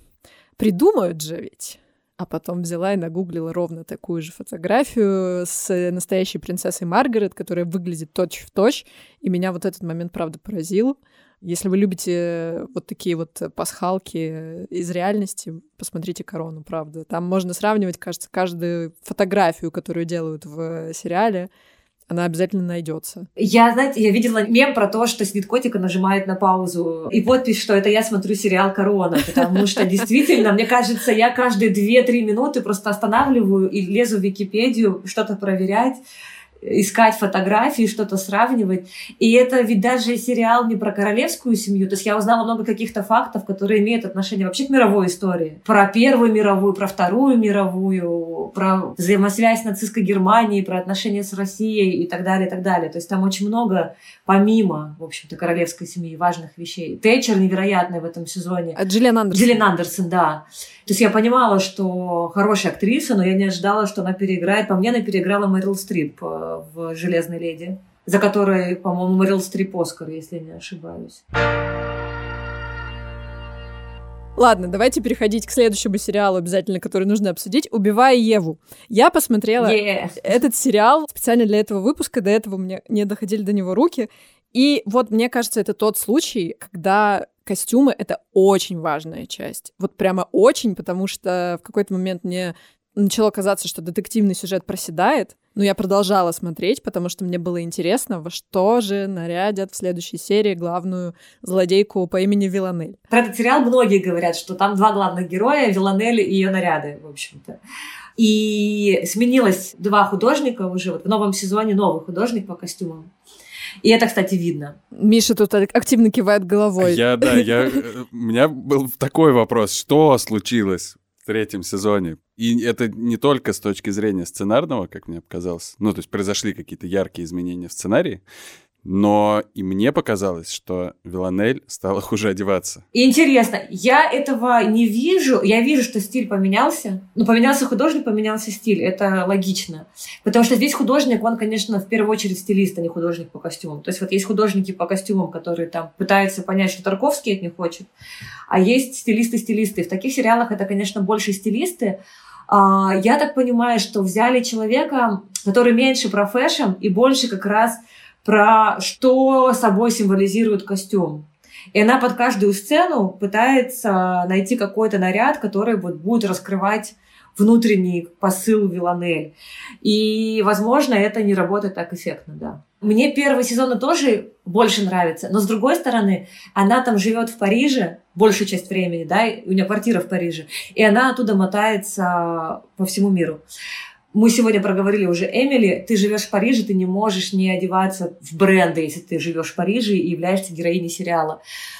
придумают же ведь. А потом взяла и нагуглила ровно такую же фотографию с настоящей принцессой Маргарет, которая выглядит точь-в-точь. И меня вот этот момент, правда, поразил. Если вы любите вот такие вот пасхалки из реальности, посмотрите «Корону», правда. Там можно сравнивать, кажется, каждую фотографию, которую делают в сериале. Она обязательно найдется. Я видела мем про то, что сидит котик и нажимает на паузу. И подпись, что это я смотрю сериал «Корона». Потому что действительно, мне кажется, я каждые 2-3 минуты просто останавливаю и лезу в Википедию что-то проверять, искать фотографии, что-то сравнивать. И это ведь даже сериал не про королевскую семью. То есть я узнала много каких-то фактов, которые имеют отношение вообще к мировой истории. Про Первую мировую, про Вторую мировую, про взаимосвязь нацистской Германии, про отношения с Россией и так далее, и так далее. То есть там очень много, помимо, в общем-то, королевской семьи, важных вещей. Тэтчер невероятная в этом сезоне. Джиллиан Андерсон. Джиллиан Андерсон, да. То есть я понимала, что хорошая актриса, но я не ожидала, что она переиграет. По мне, она переиграла Мэрил Стрип в «Железной леди», за которой, по-моему, Мэрил Стрип Оскар, если я не ошибаюсь. Ладно, давайте переходить к следующему сериалу обязательно, который нужно обсудить. «Убивая Еву». Я посмотрела этот сериал специально для этого выпуска, до этого мне не доходили до него руки. И вот мне кажется, это тот случай, когда костюмы — это очень важная часть. Вот прямо очень, потому что в какой-то момент мне начало казаться, что детективный сюжет проседает, но я продолжала смотреть, потому что мне было интересно, во что же нарядят в следующей серии главную злодейку по имени Виланель. Про этот сериал многие говорят, что там два главных героя, Виланель и ее наряды, в общем-то. И сменилось два художника уже, вот в новом сезоне новый художник по костюмам. И это, кстати, видно. Миша тут активно кивает головой. У меня был такой вопрос, что случилось в третьем сезоне? И это не только с точки зрения сценарного, как мне показалось, то есть произошли какие-то яркие изменения в сценарии, но и мне показалось, что Виланель стала хуже одеваться. Интересно, я этого не вижу. Я вижу, что стиль поменялся. Поменялся художник, поменялся стиль. Это логично. Потому что здесь художник, он, конечно, в первую очередь стилист, а не художник по костюмам. То есть вот есть художники по костюмам, которые там пытаются понять, что Тарковский от них хочет, а есть стилисты. В таких сериалах это, конечно, больше стилисты. Я так понимаю, что взяли человека, который меньше про фэшн и больше как раз про что собой символизирует костюм. И она под каждую сцену пытается найти какой-то наряд, который будет раскрывать внутренний посыл Виланель. И, возможно, это не работает так эффектно, да. Мне первый сезон тоже больше нравится, но, с другой стороны, она там живет в Париже большую часть времени, да, у нее квартира в Париже, и она оттуда мотается по всему миру. Мы сегодня проговорили уже Эмили, ты живешь в Париже, ты не можешь не одеваться в бренды, если ты живешь в Париже и являешься героиней сериала.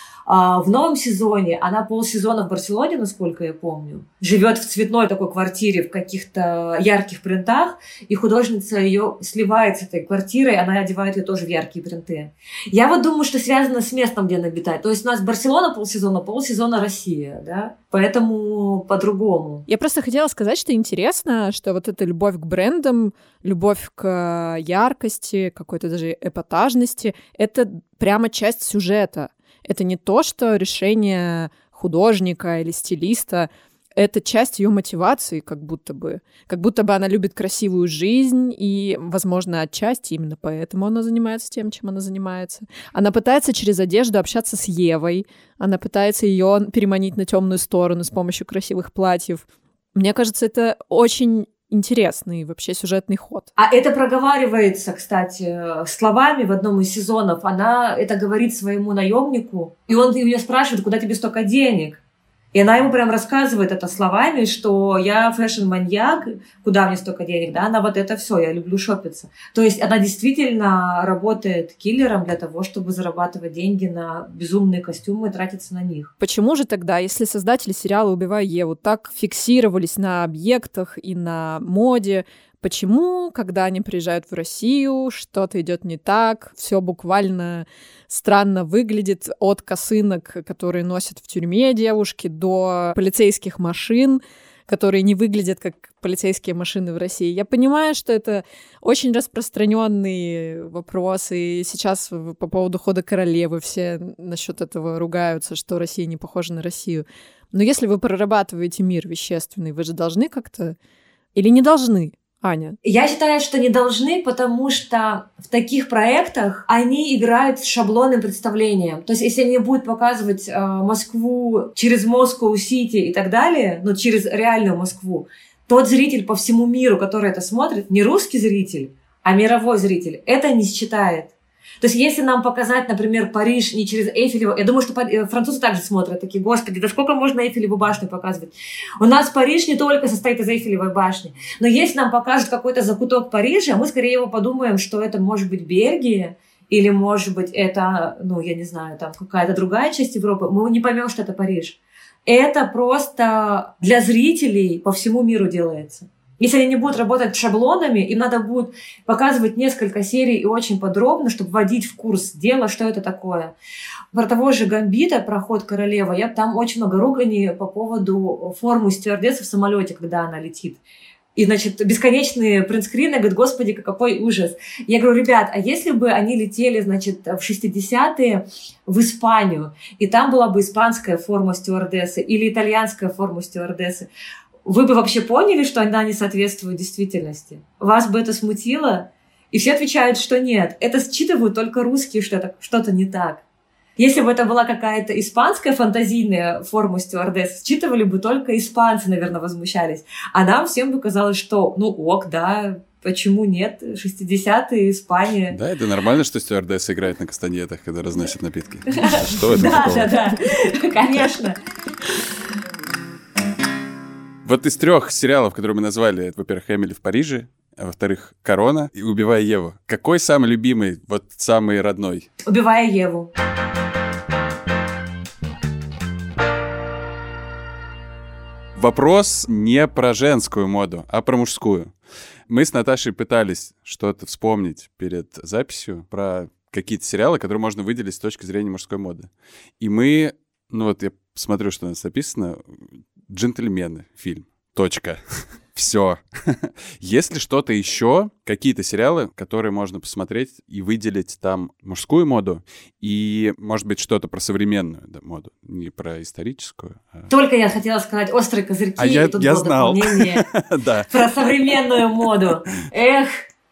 В новом сезоне она полсезона в Барселоне, насколько я помню, живет в цветной такой квартире в каких-то ярких принтах, и художница ее сливает с этой квартирой, она одевает ее тоже в яркие принты. Я вот думаю, что связано с местом, где она обитает. То есть у нас Барселона полсезона Россия, да? Поэтому по-другому. Я просто хотела сказать, что интересно, что вот эта любовь к брендам, любовь к яркости, какой-то даже эпатажности, это прямо часть сюжета. Это не то, что решение художника или стилиста, это часть ее мотивации, как будто бы. Как будто бы она любит красивую жизнь, и, возможно, отчасти именно поэтому она занимается тем, чем она занимается. Она пытается через одежду общаться с Евой, она пытается ее переманить на темную сторону с помощью красивых платьев. Мне кажется, это очень интересный вообще сюжетный ход. А это проговаривается, кстати, словами в одном из сезонов. Она это говорит своему наемнику, и он у нее спрашивает, куда тебе столько денег? И она ему прям рассказывает это словами, что я фэшн-маньяк, куда мне столько денег, да, она вот это все, я люблю шопиться. То есть она действительно работает киллером для того, чтобы зарабатывать деньги на безумные костюмы и тратиться на них. Почему же тогда, если создатели сериала «Убивая Еву» так фиксировались на объектах и на моде, почему, когда они приезжают в Россию, что-то идет не так, все буквально странно выглядит, от косынок, которые носят в тюрьме девушки, до полицейских машин, которые не выглядят как полицейские машины в России. Я понимаю, что это очень распространенный вопрос, и сейчас по поводу «Хода королевы» все насчет этого ругаются, что Россия не похожа на Россию. Но если вы прорабатываете мир вещественный, вы же должны как-то или не должны? Аня? Я считаю, что не должны, потому что в таких проектах они играют с шаблонным представлением. То есть если они будут показывать Москву через Москву-Сити и так далее, через реальную Москву, тот зритель по всему миру, который это смотрит, не русский зритель, а мировой зритель, это не считает. То есть если нам показать, например, Париж не через Эйфелеву, я думаю, что французы также смотрят, такие, господи, да сколько можно Эйфелеву башню показывать? У нас Париж не только состоит из Эйфелевой башни, но если нам покажут какой-то закуток Парижа, мы скорее его подумаем, что это может быть Бельгия, или может быть это, я не знаю, там какая-то другая часть Европы, мы не поймем, что это Париж. Это просто для зрителей по всему миру делается. Если они не будут работать шаблонами, им надо будет показывать несколько серий и очень подробно, чтобы вводить в курс дела, что это такое. Про того же Гамбита, про «Ход королевы», там очень много руганий по поводу формы стюардессы в самолете, когда она летит. И, бесконечные принтскрины, говорят, господи, какой ужас. Я говорю, ребят, а если бы они летели, в 60-е в Испанию, и там была бы испанская форма стюардессы или итальянская форма стюардессы, вы бы вообще поняли, что она не соответствует действительности? Вас бы это смутило? И все отвечают, что нет. Это считывают только русские, что это что-то не так. Если бы это была какая-то испанская фантазийная форма стюардесс, считывали бы только испанцы, наверное, возмущались. А нам всем бы казалось, что, да, почему нет? 60-е, Испания. Да, это нормально, что стюардесса играет на кастаньетах, когда разносят напитки. Что это такого? Да, конечно. Вот из 3 сериалов, которые мы назвали, во-первых, «Эмили в Париже», а во-вторых, «Корона» и «Убивая Еву». Какой самый любимый, вот самый родной? «Убивая Еву». Вопрос не про женскую моду, а про мужскую. Мы с Наташей пытались что-то вспомнить перед записью про какие-то сериалы, которые можно выделить с точки зрения мужской моды. И мы, я смотрю, что у нас написано, «Джентльмены» фильм. Точка. Все. Есть ли что-то еще, какие-то сериалы, которые можно посмотреть и выделить там мужскую моду и, может быть, что-то про современную моду, не про историческую? Только я хотела сказать «Острые козырьки», и тут я было знал. Дополнение про современную моду. Эх!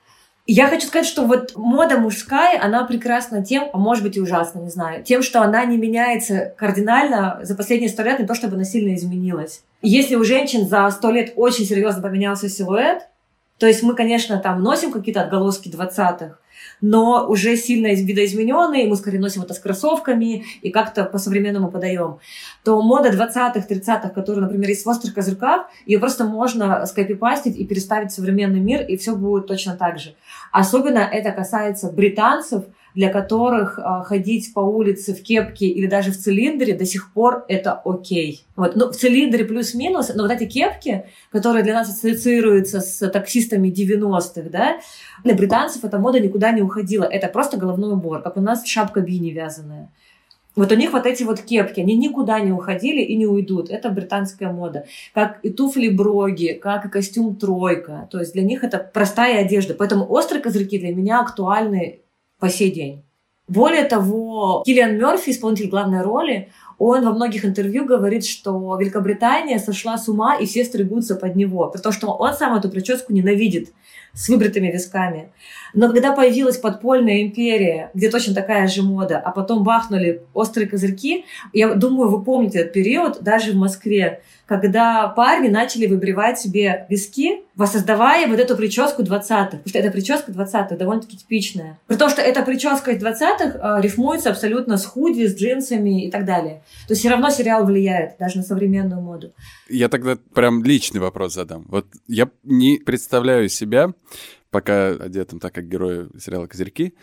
Я хочу сказать, что вот мода мужская, она прекрасна тем, а может быть и ужасна, не знаю, тем, что она не меняется кардинально за последние 100 лет, не то чтобы она сильно изменилась. Если у женщин за 100 лет очень серьезно поменялся силуэт, то есть мы, конечно, там носим какие-то отголоски 20-х, но уже сильно видоизмененные, мы скорее носим это с кроссовками и как-то по-современному подаем, то мода 20-х, 30-х, которая, например, есть в «Острых козырьках», ее просто можно скопипастить и переставить в современный мир, и все будет точно так же. Особенно это касается британцев, для которых ходить по улице в кепке или даже в цилиндре до сих пор это окей. В цилиндре плюс-минус, но вот эти кепки, которые для нас ассоциируются с таксистами 90-х, да, для британцев эта мода никуда не уходила. Это просто головной убор, как у нас шапка бини вязаная. У них эти кепки, они никуда не уходили и не уйдут. Это британская мода. Как и туфли-броги, как и костюм тройка. То есть для них это простая одежда. Поэтому «Острые козырьки» для меня актуальны по сей день. Более того, Киллиан Мёрфи, исполнитель главной роли, он во многих интервью говорит, что Великобритания сошла с ума и все стригутся под него. При том, что он сам эту прическу ненавидит с выбритыми висками. Но когда появилась подпольная империя, где точно такая же мода, а потом бахнули «Острые козырьки», я думаю, вы помните этот период даже в Москве, когда парни начали выбривать себе виски, воссоздавая вот эту прическу 20-х. Потому что эта прическа 20-х довольно-таки типичная. При том, что эта прическа из 20-х рифмуется абсолютно с худи, с джинсами и так далее. То есть все равно сериал влияет даже на современную моду. Я тогда прям личный вопрос задам. Я не представляю себя пока одетым так, как герои сериала «Козырьки»,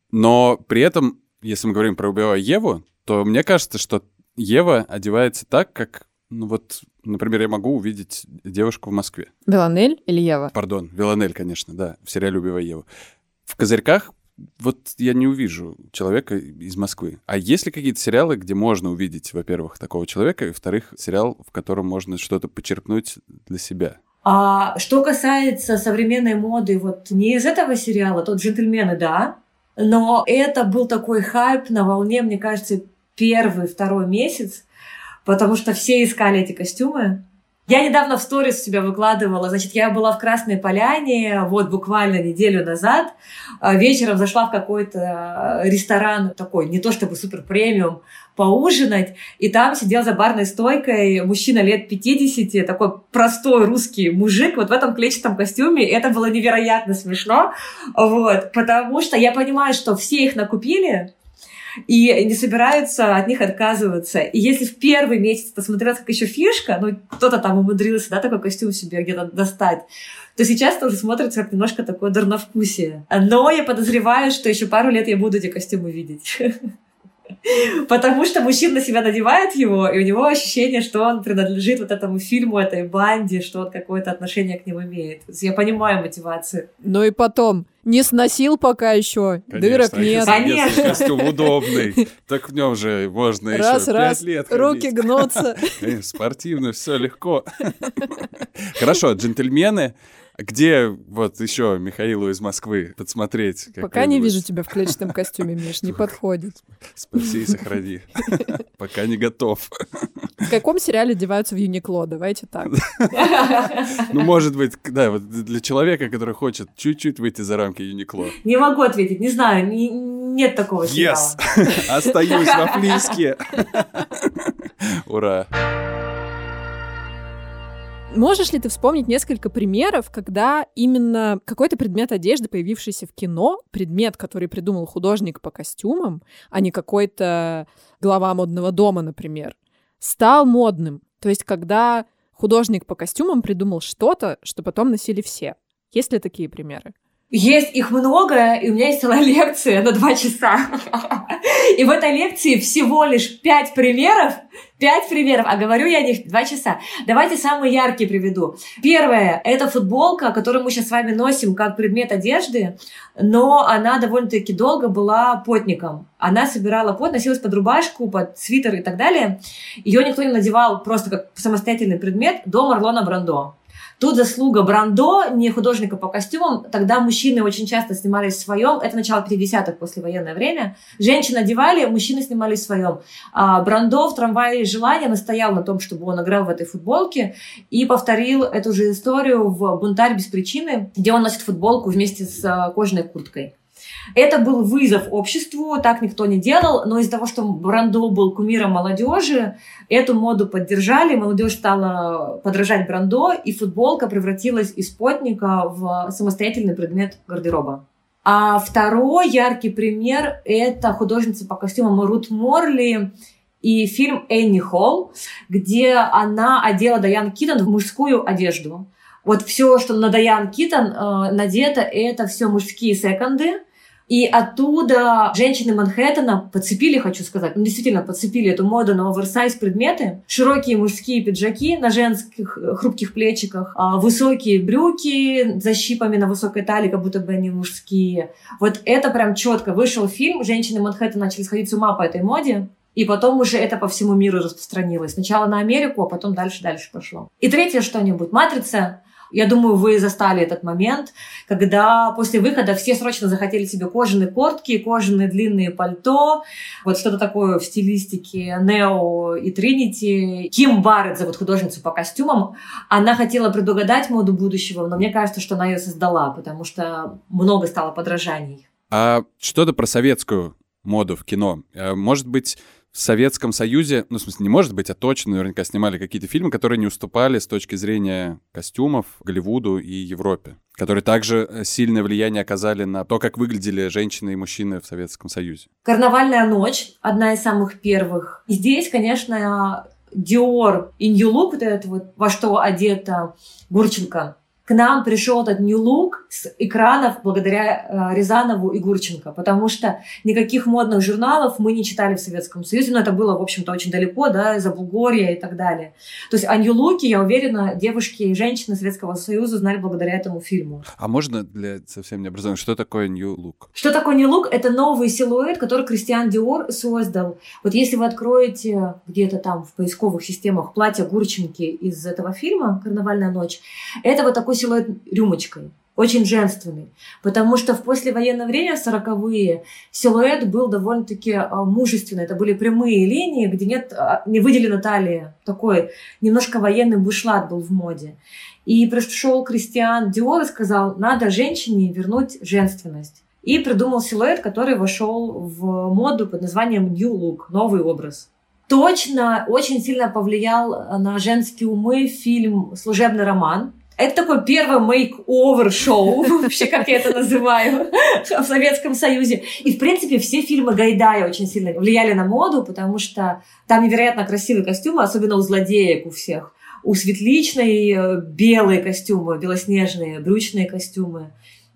но при этом, если мы говорим про «Убивая Еву», то мне кажется, что Ева одевается так, как например, я могу увидеть девушку в Москве. Виланель или Ева? Пардон, Виланель, конечно, да, в сериале «Убивая Еву». В «Козырьках» я не увижу человека из Москвы. А есть ли какие-то сериалы, где можно увидеть, во-первых, такого человека, и, во-вторых, сериал, в котором можно что-то почерпнуть для себя? А что касается современной моды, не из этого сериала, тот «Джентльмены», да, но это был такой хайп на волне, мне кажется, 1-2 месяц, потому что все искали эти костюмы. Я недавно в сторис себя выкладывала, я была в Красной Поляне, буквально неделю назад, вечером зашла в какой-то ресторан такой, не то чтобы супер премиум, поужинать, и там сидел за барной стойкой мужчина лет 50, такой простой русский мужик, в этом клетчатом костюме, и это было невероятно смешно, потому что я понимаю, что все их накупили, и не собираются от них отказываться. И если в первый месяц это смотрелось как еще фишка, кто-то там умудрился, такой костюм себе где-то достать, то сейчас это уже смотрится как немножко такое дурновкусие. Но я подозреваю, что еще пару лет я буду эти костюмы видеть. Потому что мужчина на себя надевает его, и у него ощущение, что он принадлежит этому фильму, этой банде, что он какое-то отношение к ним имеет. То есть я понимаю мотивацию. И потом, не сносил пока еще, дырок нет. Конечно, костюм удобный, так в нем же можно еще 5 лет ходить. Руки гнутся. Спортивно, все легко. Хорошо, «Джентльмены». Где еще Михаилу из Москвы подсмотреть? Пока не вижу тебя в клетчатом костюме, Миш, не подходит. Спаси и сохрани. Пока не готов. В каком сериале одеваются в Юникло? Давайте так. Может быть, для человека, который хочет чуть-чуть выйти за рамки Юникло. Не могу ответить, не знаю, не нет такого сериала. Yes! Остаюсь во Флиске. Ура! Можешь ли ты вспомнить несколько примеров, когда именно какой-то предмет одежды, появившийся в кино, предмет, который придумал художник по костюмам, а не какой-то глава модного дома, например, стал модным? То есть когда художник по костюмам придумал что-то, что потом носили все. Есть ли такие примеры? Есть их много, и у меня есть целая лекция на 2 часа. И в этой лекции всего лишь 5 примеров, а говорю я о них 2 часа. Давайте самые яркие приведу. Первое – это футболка, которую мы сейчас с вами носим как предмет одежды, но она довольно-таки долго была потником. Она собирала пот, носилась под рубашку, под свитер и так далее. Ее никто не надевал просто как самостоятельный предмет до Марлона Брандо. Тут заслуга Брандо, не художника по костюмам. Тогда мужчины очень часто снимались в своем. Это начало 50-х, послевоенное время. Женщины одевали, мужчины снимались в своем. Брандо в «Трамвае желания» настоял на том, чтобы он играл в этой футболке, и повторил эту же историю в «Бунтарь без причины», где он носит футболку вместе с кожаной курткой. Это был вызов обществу, так никто не делал, но из-за того, что Брандо был кумиром молодежи, эту моду поддержали, молодежь стала подражать Брандо, и футболка превратилась из потника в самостоятельный предмет гардероба. А второй яркий пример – это художница по костюмам Рут Морли и фильм «Энни Холл», где она одела Дайан Китон в мужскую одежду. Вот все, что на Дайан Китон надето, это все мужские секонды. И оттуда женщины Манхэттена подцепили, хочу сказать, действительно подцепили эту моду на оверсайз предметы. Широкие мужские пиджаки на женских хрупких плечиках, высокие брюки с защипами на высокой талии, как будто бы они мужские. Вот это прям четко. Вышел фильм, женщины Манхэттена начали сходить с ума по этой моде. И потом уже это по всему миру распространилось. Сначала на Америку, а потом дальше пошло. И третье что-нибудь. «Матрица». Я думаю, вы застали этот момент, когда после выхода все срочно захотели себе кожаные куртки, кожаные длинные пальто, вот что-то такое в стилистике Нео и Тринити. Ким Барретт зовут художницу по костюмам. Она хотела предугадать моду будущего, но мне кажется, что она ее создала, потому что много стало подражаний. А что-то про советскую моду в кино. Может быть, в Советском Союзе, ну, в смысле, не может быть, а точно наверняка снимали какие-то фильмы, которые не уступали с точки зрения костюмов Голливуду и Европе, которые также сильное влияние оказали на то, как выглядели женщины и мужчины в Советском Союзе. «Карнавальная ночь» — одна из самых первых. И здесь, конечно, Dior и New Look, вот это вот, во что одета Гурченко. К нам пришел этот New Look с экранов благодаря Рязанову и Гурченко, потому что никаких модных журналов мы не читали в Советском Союзе, но это было, в общем-то, очень далеко, да, Забулгорье и так далее. То есть о New Look, я уверена, девушки и женщины Советского Союза знали благодаря этому фильму. А можно для совсем необразованных, что такое New Look? Что такое New Look? Это новый силуэт, который Кристиан Диор создал. Вот если вы откроете где-то там в поисковых системах платье Гурченки из этого фильма «Карнавальная ночь», это вот такой силуэт рюмочкой, очень женственный, потому что в послевоенное время, в 40-е, силуэт был довольно-таки мужественный, это были прямые линии, где не выделена талия, такой немножко военный бушлат был в моде. И пришел Кристиан Диор и сказал, надо женщине вернуть женственность. И придумал силуэт, который вошел в моду под названием New Look, новый образ. Точно очень сильно повлиял на женские умы фильм «Служебный роман». Это такое первое мейк-овер-шоу, вообще, как я это называю, в Советском Союзе. И, в принципе, все фильмы Гайдая очень сильно влияли на моду, потому что там невероятно красивые костюмы, особенно у злодеек у всех. У Светличной белые костюмы, белоснежные, брючные костюмы.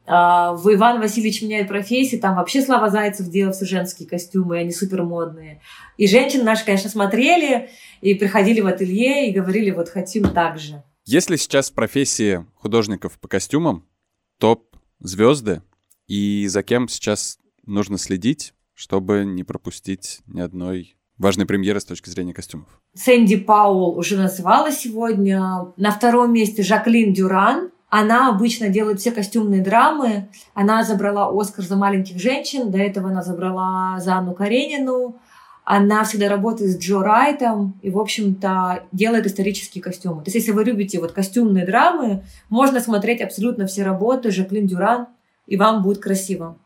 В «Иван Васильевич меняет профессии» там вообще Слава Зайцев делал все женские костюмы, и они супермодные. И женщины наши, конечно, смотрели и приходили в ателье и говорили, вот хотим так же. Если сейчас в профессии художников по костюмам топ-звезды, и за кем сейчас нужно следить, чтобы не пропустить ни одной важной премьеры с точки зрения костюмов? Сэнди Пауэлл уже называла сегодня. На втором месте Жаклин Дюран. Она обычно делает все костюмные драмы. Она забрала «Оскар» за «Маленьких женщин». До этого она забрала за Анну Каренину. Она всегда работает с Джо Райтом и, в общем-то, делает исторические костюмы. То есть, если вы любите вот костюмные драмы, можно смотреть абсолютно все работы Жаклин Дюран, и вам будет красиво.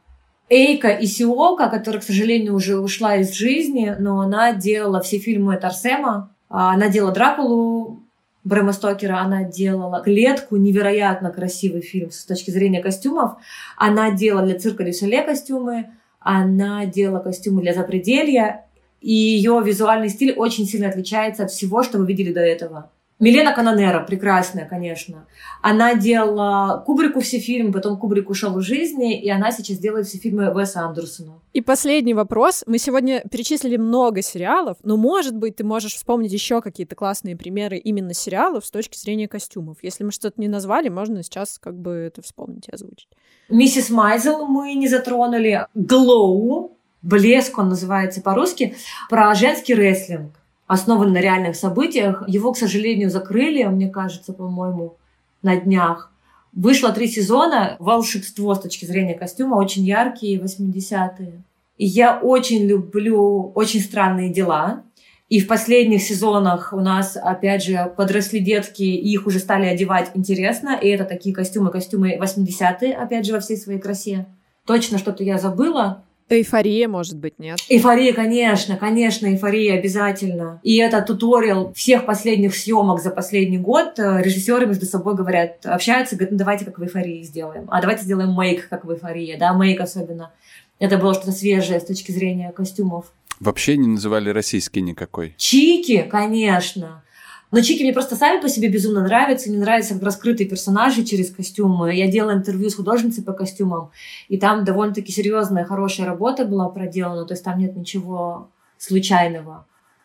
Эйка Исиока, которая, к сожалению, уже ушла из жизни, но она делала все фильмы Тарсема. Она делала «Дракулу» Брэма Стокера, она делала «Клетку», невероятно красивый фильм с точки зрения костюмов. Она делала для «Цирка дю Соле» костюмы, она делала костюмы для «Запределья», и ее визуальный стиль очень сильно отличается от всего, что вы видели до этого. Милена Канонера, прекрасная, конечно. Она делала Кубрику все фильмы, потом Кубрик ушел из жизни, и она сейчас делает все фильмы Уэса Андерсона. И последний вопрос. Мы сегодня перечислили много сериалов, но, может быть, ты можешь вспомнить еще какие-то классные примеры именно сериалов с точки зрения костюмов. Если мы что-то не назвали, можно сейчас как бы это вспомнить и озвучить. «Миссис Майзел» мы не затронули. «Glow», «Блеск» он называется по-русски, про женский рестлинг, основан на реальных событиях. Его, к сожалению, закрыли, мне кажется, по-моему, на днях. Вышло 3 сезона. Волшебство с точки зрения костюма. Очень яркие 80-е. И я очень люблю «Очень странные дела». И в последних сезонах у нас, опять же, подросли детки, и их уже стали одевать интересно. И это такие костюмы 80-е, опять же, во всей своей красе. Точно что-то я забыла. «Эйфория», может быть, нет? «Эйфория», конечно, «Эйфория» обязательно. И это туториал всех последних съемок за последний год. Режиссеры между собой говорят, общаются, говорят, ну давайте как в «Эйфории» сделаем. А давайте сделаем мейк, как в «Эйфории», да, мейк особенно. Это было что-то свежее с точки зрения костюмов. Вообще не называли российский никакой? Чики, конечно. Но Чики мне просто сами по себе безумно нравятся. Мне нравятся как раскрытые персонажи через костюмы. Я делала интервью с художницей по костюмам, и там довольно-таки серьезная, хорошая работа была проделана. То есть там нет ничего случайного.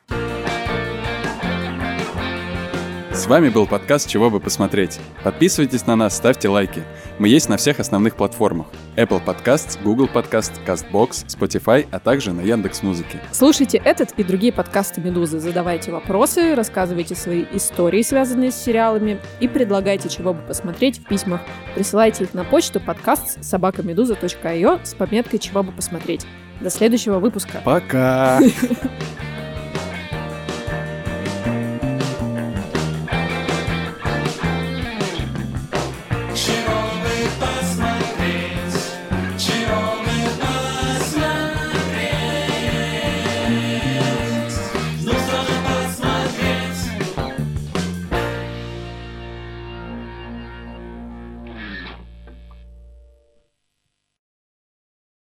С вами был подкаст «Чего бы посмотреть». Подписывайтесь на нас, ставьте лайки. Мы есть на всех основных платформах: Apple Podcasts, Google Podcasts, CastBox, Spotify, а также на Яндекс.Музыке. Слушайте этот и другие подкасты «Медузы», задавайте вопросы, рассказывайте свои истории, связанные с сериалами, и предлагайте, чего бы посмотреть в письмах. Присылайте их на почту podcast@meduza.io с пометкой «Чего бы посмотреть». До следующего выпуска. Пока!